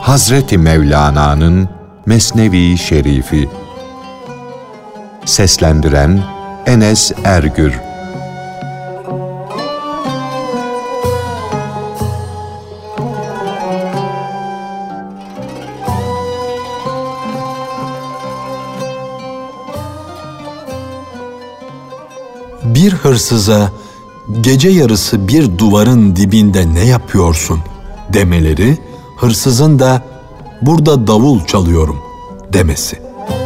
Hazreti Mevlana'nın Mesnevi Şerifi. Seslendiren Enes Ergür. Bir hırsıza gece yarısı bir duvarın dibinde ne yapıyorsun demeleri, hırsızın da burada davul çalıyorum demesi.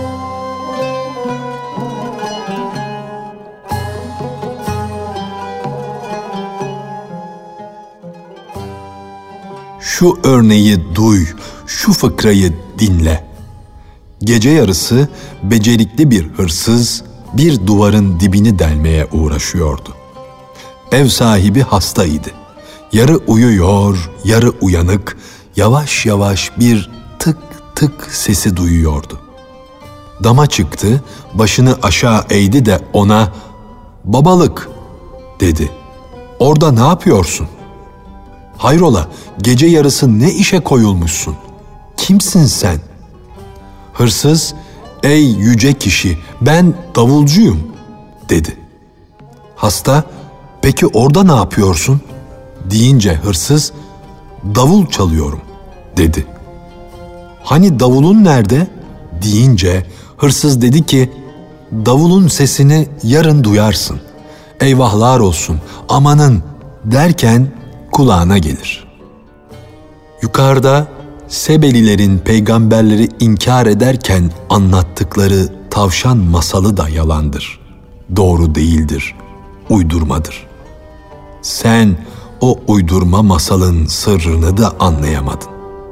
Şu örneği duy, şu fıkrayı dinle. Gece yarısı becerikli bir hırsız bir duvarın dibini delmeye uğraşıyordu. Ev sahibi hastaydı. Yarı uyuyor, yarı uyanık, yavaş yavaş bir tık tık sesi duyuyordu. Dama çıktı, başını aşağı eğdi de ona "Babalık," dedi. "Orada ne yapıyorsun? Hayrola, gece yarısı ne işe koyulmuşsun? Kimsin sen?" Hırsız, "Ey yüce kişi, ben davulcuyum," dedi. Hasta, "Peki orada ne yapıyorsun?" deyince hırsız, "Davul çalıyorum," dedi. "Hani davulun nerede?" deyince hırsız dedi ki, "Davulun sesini yarın duyarsın. Eyvahlar olsun, amanın," derken kulağına gelir. Yukarıda Sebelilerin peygamberleri inkar ederken anlattıkları tavşan masalı da yalandır. Doğru değildir, uydurmadır. Sen o uydurma masalın sırrını da anlayamadın.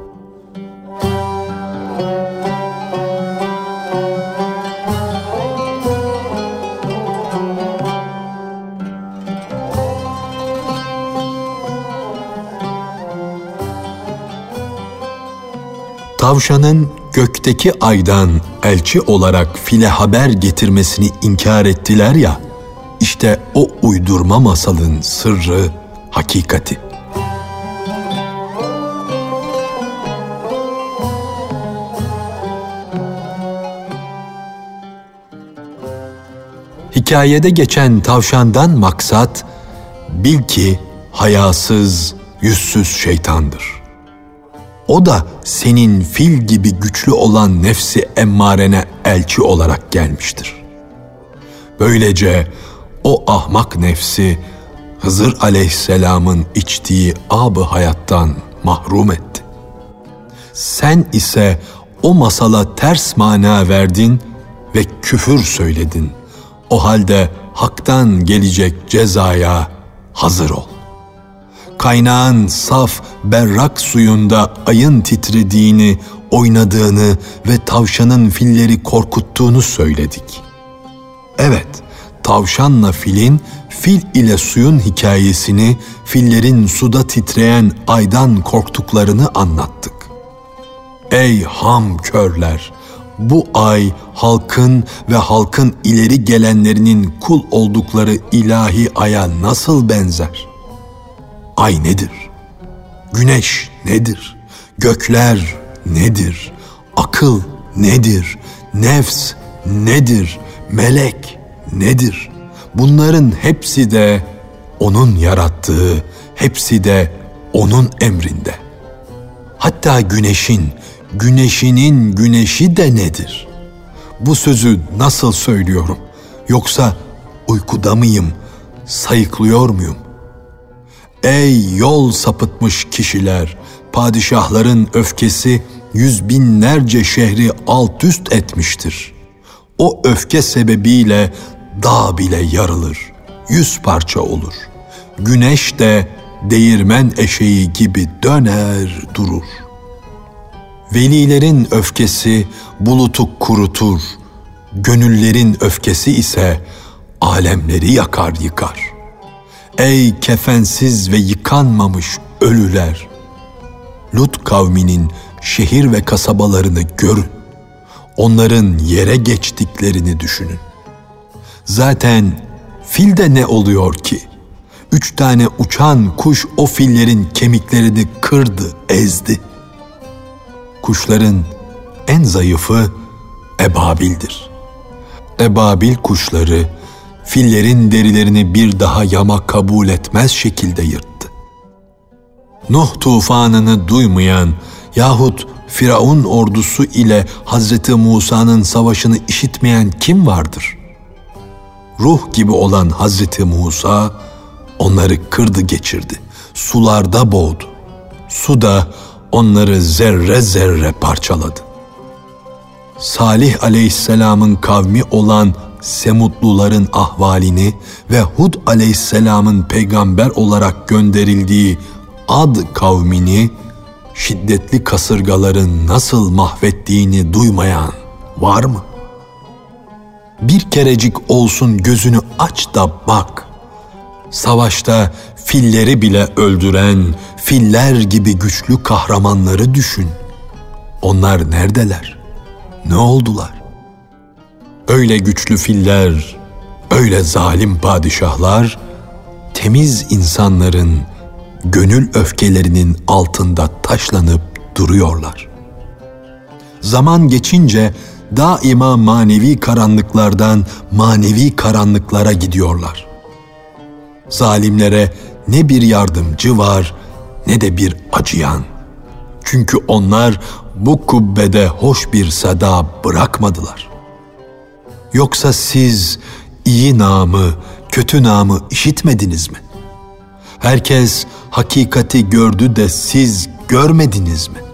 Tavşanın gökteki aydan elçi olarak file haber getirmesini inkar ettiler ya, işte o uydurma masalın sırrı, hakikati. Hikayede geçen tavşandan maksat, bil ki hayasız, yüzsüz şeytandır. O da senin fil gibi güçlü olan nefsi emmarene elçi olarak gelmiştir. Böylece o ahmak nefsi Hızır aleyhisselamın içtiği ab-ı hayattan mahrum etti. Sen ise o masala ters mana verdin ve küfür söyledin. O halde haktan gelecek cezaya hazır ol. Kaynağın saf, berrak suyunda ayın titrediğini, oynadığını ve tavşanın filleri korkuttuğunu söyledik. Evet, tavşanla filin, fil ile suyun hikayesini, fillerin suda titreyen aydan korktuklarını anlattık. Ey ham körler! Bu ay halkın ve halkın ileri gelenlerinin kul oldukları ilahi aya nasıl benzer? Ay nedir? Güneş nedir? Gökler nedir? Akıl nedir? Nefs nedir? Melek nedir? Bunların hepsi de O'nun yarattığı, hepsi de O'nun emrinde. Hatta güneşinin güneşi de nedir? Bu sözü nasıl söylüyorum? Yoksa uykuda mıyım? Sayıklıyor muyum? Ey yol sapıtmış kişiler! Padişahların öfkesi yüz binlerce şehri alt üst etmiştir. O öfke sebebiyle dağ bile yarılır, 100 parça olur. Güneş de değirmen eşeği gibi döner durur. Velilerin öfkesi bulutu kurutur, gönüllerin öfkesi ise alemleri yakar yıkar. Ey kefensiz ve yıkanmamış ölüler! Lut kavminin şehir ve kasabalarını görün. Onların yere geçtiklerini düşünün. Zaten filde ne oluyor ki? 3 tane uçan kuş o fillerin kemiklerini kırdı, ezdi. kuşların en zayıfı ebabildir. Ebabil kuşları fillerin derilerini bir daha yama kabul etmez şekilde yırttı. Nuh tufanını duymayan yahut Firavun ordusu ile Hazreti Musa'nın savaşını işitmeyen kim vardır? Ruh gibi olan Hazreti Musa onları kırdı geçirdi, sularda boğdu. Su da onları zerre zerre parçaladı. Salih aleyhisselamın kavmi olan Semutluların ahvalini ve Hud aleyhisselamın peygamber olarak gönderildiği Ad kavmini şiddetli kasırgaların nasıl mahvettiğini duymayan var mı? Bir kerecik olsun gözünü aç da bak. Savaşta filleri bile öldüren filler gibi güçlü kahramanları düşün. Onlar neredeler? Ne oldular? Öyle güçlü filler, öyle zalim padişahlar, temiz insanların gönül öfkelerinin altında taşlanıp duruyorlar. Zaman geçince daima manevi karanlıklardan manevi karanlıklara gidiyorlar. Zalimlere ne bir yardımcı var ne de bir acıyan. Çünkü onlar bu kubbede hoş bir seda bırakmadılar. Yoksa siz iyi namı, kötü namı işitmediniz mi? Herkes hakikati gördü de siz görmediniz mi?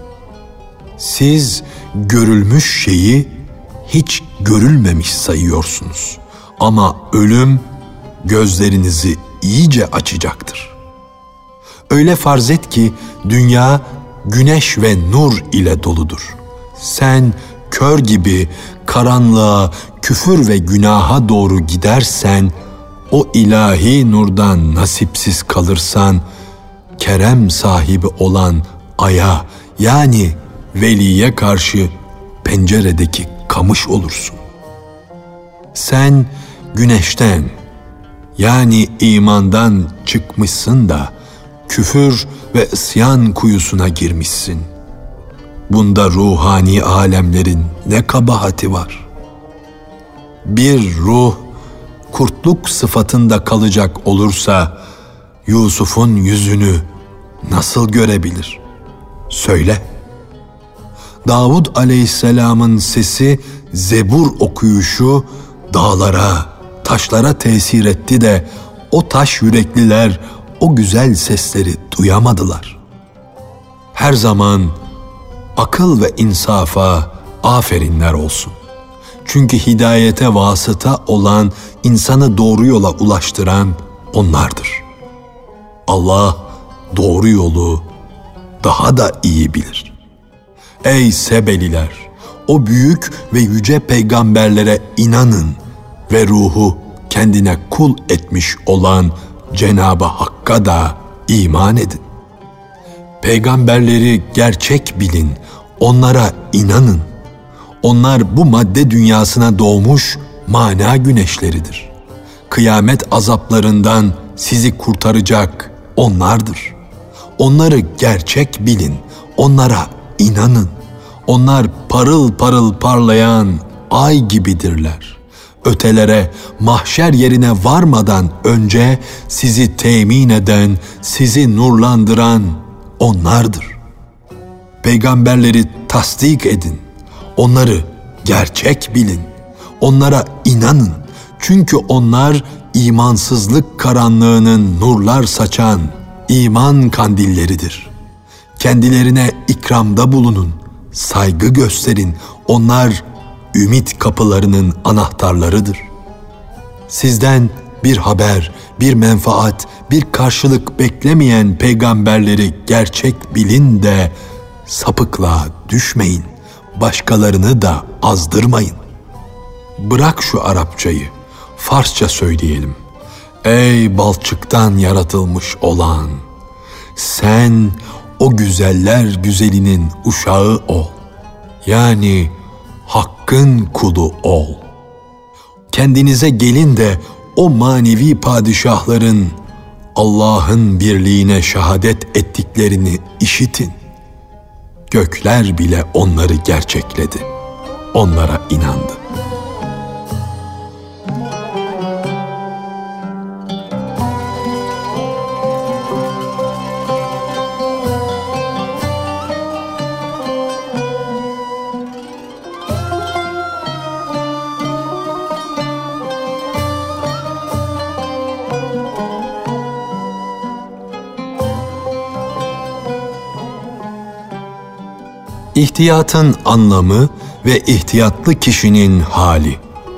Siz görülmüş şeyi hiç görülmemiş sayıyorsunuz. Ama ölüm gözlerinizi iyice açacaktır. Öyle farz et ki dünya güneş ve nur ile doludur. Sen kör gibi karanlığa, küfür ve günaha doğru gidersen, o ilahi nurdan nasipsiz kalırsan, kerem sahibi olan aya yani veliye karşı penceredeki kamış olursun. Sen güneşten yani imandan çıkmışsın da küfür ve isyan kuyusuna girmişsin. Bunda ruhani alemlerin ne kabahati var? Bir ruh kurtluk sıfatında kalacak olursa Yusuf'un yüzünü nasıl görebilir? Söyle. Davud aleyhisselamın sesi, Zebur okuyuşu dağlara, taşlara tesir etti de o taş yürekliler o güzel sesleri duyamadılar. Her zaman akıl ve insafa aferinler olsun. Çünkü hidayete vasıta olan, insanı doğru yola ulaştıran onlardır. Allah doğru yolu daha da iyi bilir. Ey Sebeliler! O büyük ve yüce peygamberlere inanın ve ruhu kendine kul etmiş olan Cenab-ı Hakk'a da iman edin. Peygamberleri gerçek bilin, onlara inanın. Onlar bu madde dünyasına doğmuş mana güneşleridir. Kıyamet azaplarından sizi kurtaracak onlardır. Onları gerçek bilin, onlara inanın. Onlar parıl parıl parlayan ay gibidirler. Ötelere, mahşer yerine varmadan önce sizi temin eden, sizi nurlandıran onlardır. Peygamberleri tasdik edin, onları gerçek bilin, onlara inanın. Çünkü onlar imansızlık karanlığının nurlar saçan iman kandilleridir. Kendilerine ikramda bulunun, saygı gösterin, onlar ümit kapılarının anahtarlarıdır. Sizden bir haber, bir menfaat, bir karşılık beklemeyen peygamberleri gerçek bilin de sapıklığa düşmeyin, başkalarını da azdırmayın. Bırak şu Arapçayı, Farsça söyleyelim. Ey balçıktan yaratılmış olan, sen o güzeller güzelinin uşağı ol. Yani Hakk'ın kulu ol. Kendinize gelin de o manevi padişahların Allah'ın birliğine şehadet ettiklerini işitin. gökler bile onları gerçekledi. Onlara inandı. İhtiyatın anlamı ve ihtiyatlı kişinin hali.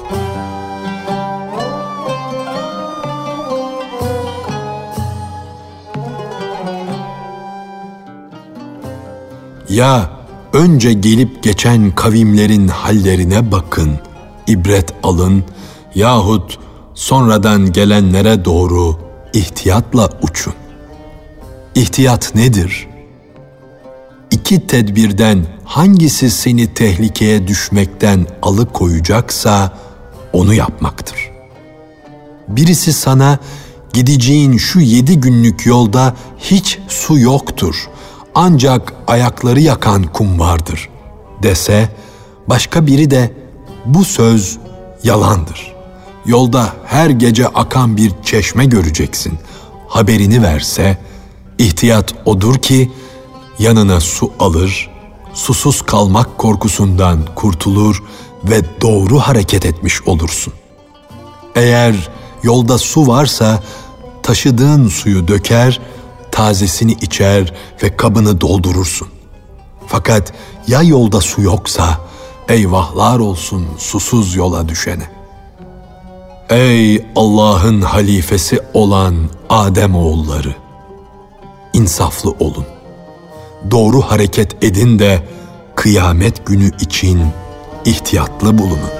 Ya önce gelip geçen kavimlerin hallerine bakın, ibret alın yahut sonradan gelenlere doğru ihtiyatla uçun. İhtiyat nedir? İki tedbirden hangisi seni tehlikeye düşmekten alıkoyacaksa onu yapmaktır. Birisi sana gideceğin şu 7 günlük yolda hiç su yoktur, ancak ayakları yakan kum vardır dese, başka biri de bu söz yalandır. Yolda her gece akan bir çeşme göreceksin haberini verse, ihtiyat odur ki yanına su alır, susuz kalmak korkusundan kurtulur ve doğru hareket etmiş olursun. Eğer yolda su varsa taşıdığın suyu döker, tazesini içer ve kabını doldurursun. Fakat ya yolda su yoksa eyvahlar olsun susuz yola düşene. Ey Allah'ın halifesi olan Ademoğulları! İnsaflı olun. Doğru hareket edin de kıyamet günü için ihtiyatlı bulunun.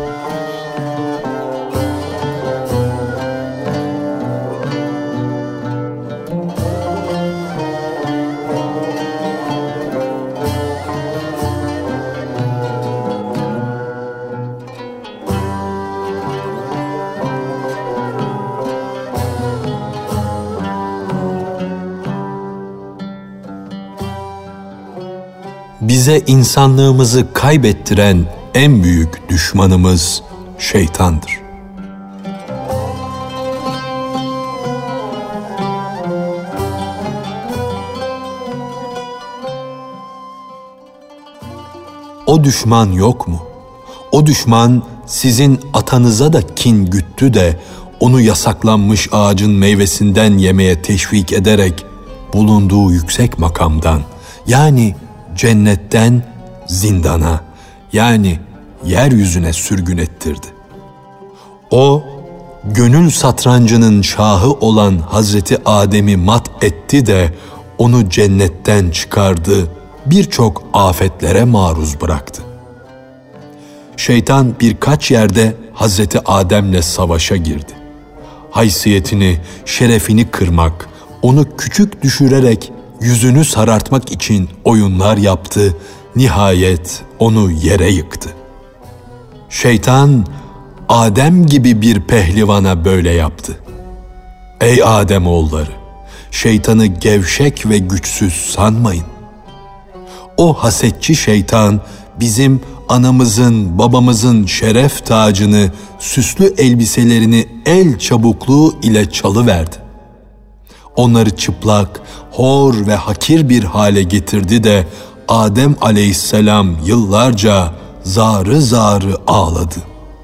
Bize insanlığımızı kaybettiren en büyük düşmanımız şeytandır. O düşman yok mu? O düşman sizin atanıza da kin güttü de onu yasaklanmış ağacın meyvesinden yemeye teşvik ederek bulunduğu yüksek makamdan, yani cennetten zindana, yani yeryüzüne sürgün ettirdi. O, gönül satrancının şahı olan Hazreti Adem'i mat etti de onu cennetten çıkardı, birçok afetlere maruz bıraktı. Şeytan birkaç yerde Hazreti Adem'le savaşa girdi. Haysiyetini, şerefini kırmak, onu küçük düşürerek yüzünü sarartmak için oyunlar yaptı, nihayet onu yere yıktı. Şeytan, Adem gibi bir pehlivana böyle yaptı. Ey Ademoğulları! Şeytanı gevşek ve güçsüz sanmayın. O hasetçi şeytan, bizim anamızın, babamızın şeref tacını, süslü elbiselerini el çabukluğu ile çalıverdi. Onları çıplak, hor ve hakir bir hale getirdi de Adem aleyhisselam yıllarca zarı zarı ağladı.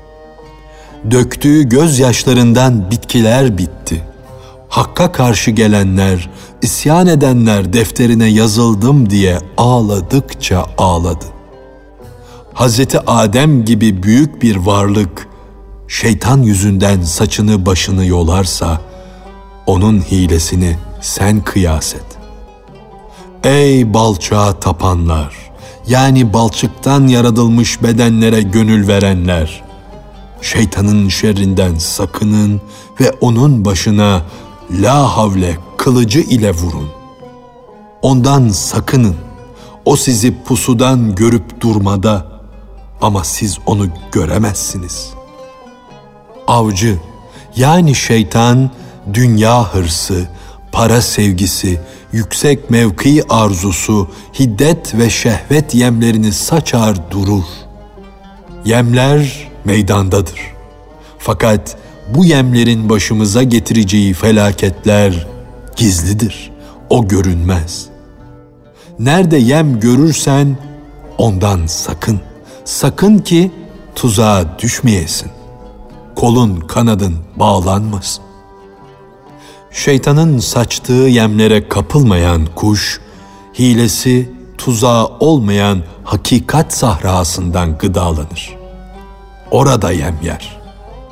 Döktüğü gözyaşlarından bitkiler bitti. Hakka karşı gelenler, isyan edenler defterine yazıldım diye ağladıkça ağladı. Hazreti Adem gibi büyük bir varlık, şeytan yüzünden saçını başını yolarsa, onun hilesini sen kıyas et. Ey balçağa tapanlar, yani balçıktan yaratılmış bedenlere gönül verenler, şeytanın şerrinden sakının ve onun başına la havle kılıcı ile vurun. Ondan sakının. O sizi pusudan görüp durmada ama siz onu göremezsiniz. Avcı, yani şeytan, dünya hırsı, para sevgisi, yüksek mevki arzusu, hiddet ve şehvet yemlerini saçar durur. Yemler meydandadır. Fakat bu yemlerin başımıza getireceği felaketler gizlidir. O görünmez. Nerede yem görürsen ondan sakın. Sakın ki tuzağa düşmeyesin. Kolun kanadın bağlanmasın. Şeytanın saçtığı yemlere kapılmayan kuş, hilesi tuzağı olmayan hakikat sahrasından gıdalanır. Orada yem yer.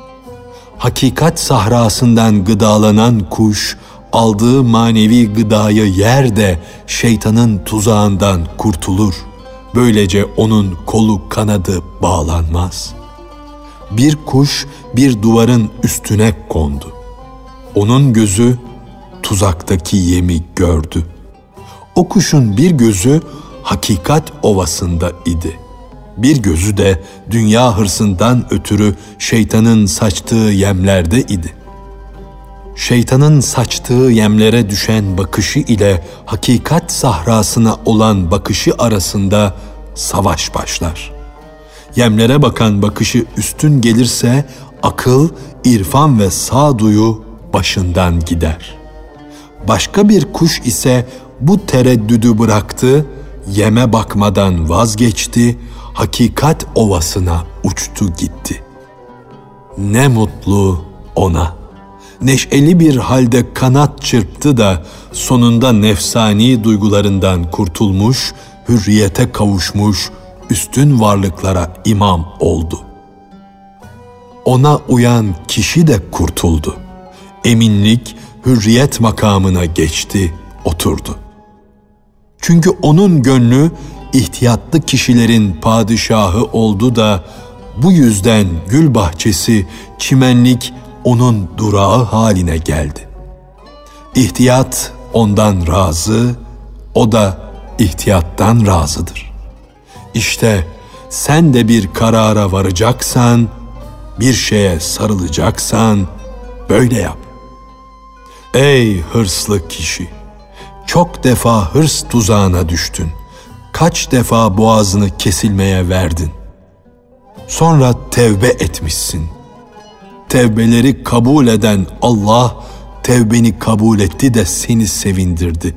Hakikat sahrasından gıdalanan kuş, aldığı manevi gıdayı yer de şeytanın tuzağından kurtulur. Böylece onun kolu kanadı bağlanmaz. Bir kuş bir duvarın üstüne kondu. Onun gözü tuzaktaki yemi gördü. O kuşun bir gözü hakikat ovasında idi. Bir gözü de dünya hırsından ötürü şeytanın saçtığı yemlerde idi. Şeytanın saçtığı yemlere düşen bakışı ile hakikat sahrasına olan bakışı arasında savaş başlar. Yemlere bakan bakışı üstün gelirse akıl, irfan ve sağduyu başından gider. Başka bir kuş ise bu tereddüdü bıraktı, yeme bakmadan vazgeçti, hakikat ovasına uçtu gitti. Ne mutlu ona. Neşeli bir halde kanat çırptı da sonunda nefsani duygularından kurtulmuş, hürriyete kavuşmuş, üstün varlıklara imam oldu. Ona uyan kişi de kurtuldu. Eminlik, hürriyet makamına geçti, oturdu. Çünkü onun gönlü ihtiyatlı kişilerin padişahı oldu da bu yüzden gül bahçesi, çimenlik onun durağı haline geldi. İhtiyat ondan razı, o da ihtiyattan razıdır. İşte sen de bir karara varacaksan, bir şeye sarılacaksan böyle yap. Ey hırslı kişi! Çok defa hırs tuzağına düştün. Kaç defa boğazını kesilmeye verdin. Sonra tevbe etmişsin. Tevbeleri kabul eden Allah, tevbeni kabul etti de seni sevindirdi.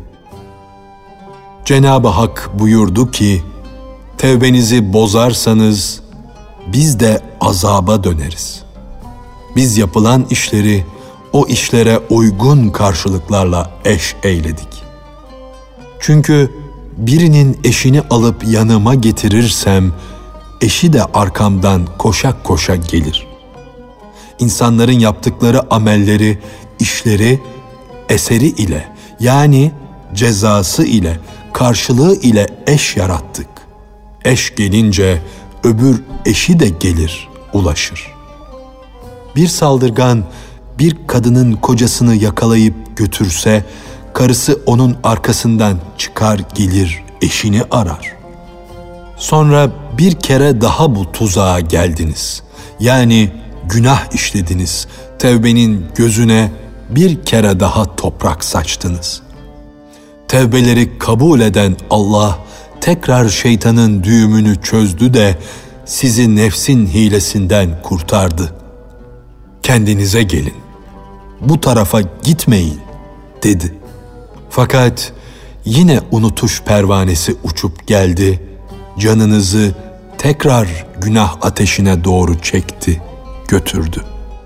Cenab-ı Hak buyurdu ki, tevbenizi bozarsanız biz de azaba döneriz. Biz yapılan işleri o işlere uygun karşılıklarla eş eyledik. Çünkü birinin eşini alıp yanıma getirirsem, eşi de arkamdan koşa koşa gelir. İnsanların yaptıkları amelleri, işleri, eseri ile yani cezası ile, karşılığı ile eş yarattık. Eş gelince öbür eşi de gelir, ulaşır. Bir saldırgan bir kadının kocasını yakalayıp götürse, karısı onun arkasından çıkar gelir, eşini arar. Sonra bir kere daha bu tuzağa geldiniz. Yani günah işlediniz, tevbenin gözüne bir kere daha toprak saçtınız. Tevbeleri kabul eden Allah tekrar şeytanın düğümünü çözdü de sizi nefsin hilesinden kurtardı. Kendinize gelin, bu tarafa gitmeyin dedi. Fakat yine unutuş pervanesi uçup geldi, canınızı tekrar günah ateşine doğru çekti, götürdü.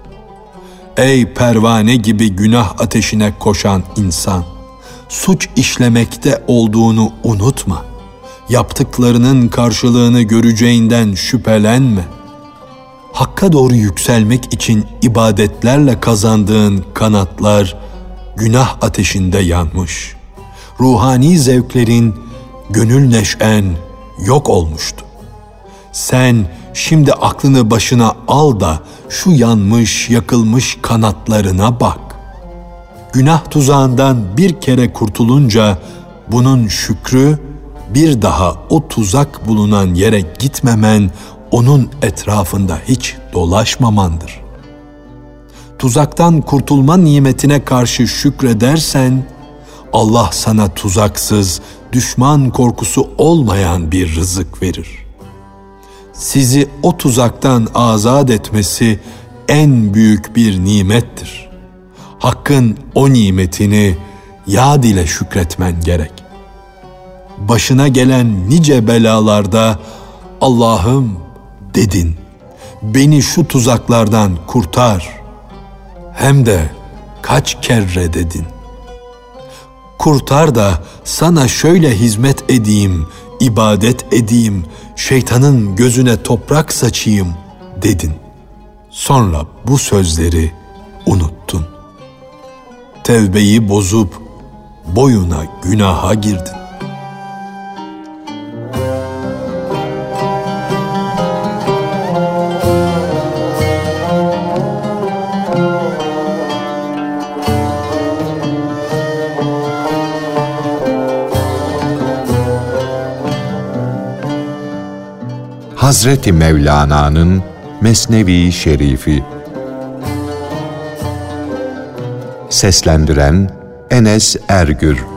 Ey pervane gibi günah ateşine koşan insan, suç işlemekte olduğunu unutma. Yaptıklarının karşılığını göreceğinden şüphelenme. Hakka doğru yükselmek için ibadetlerle kazandığın kanatlar günah ateşinde yanmış. Ruhani zevklerin, gönül neşen yok olmuştu. Sen şimdi aklını başına al da şu yanmış, yakılmış kanatlarına bak. Günah tuzağından bir kere kurtulunca bunun şükrü bir daha o tuzak bulunan yere gitmemen, onun etrafında hiç dolaşmamandır. Tuzaktan kurtulma nimetine karşı şükredersen, Allah sana tuzaksız, düşman korkusu olmayan bir rızık verir. Sizi o tuzaktan azat etmesi en büyük bir nimettir. Hakkın o nimetini yad ile şükretmen gerek. Başına gelen nice belalarda Allah'ım dedin, beni şu tuzaklardan kurtar. Hem de kaç kere dedin. Kurtar da sana şöyle hizmet edeyim, ibadet edeyim, şeytanın gözüne toprak saçayım dedin. Sonra bu sözleri unuttun. Tevbeyi bozup boyuna günaha girdin. Hazreti Mevlana'nın Mesnevi Şerifi. Seslendiren Enes Ergür.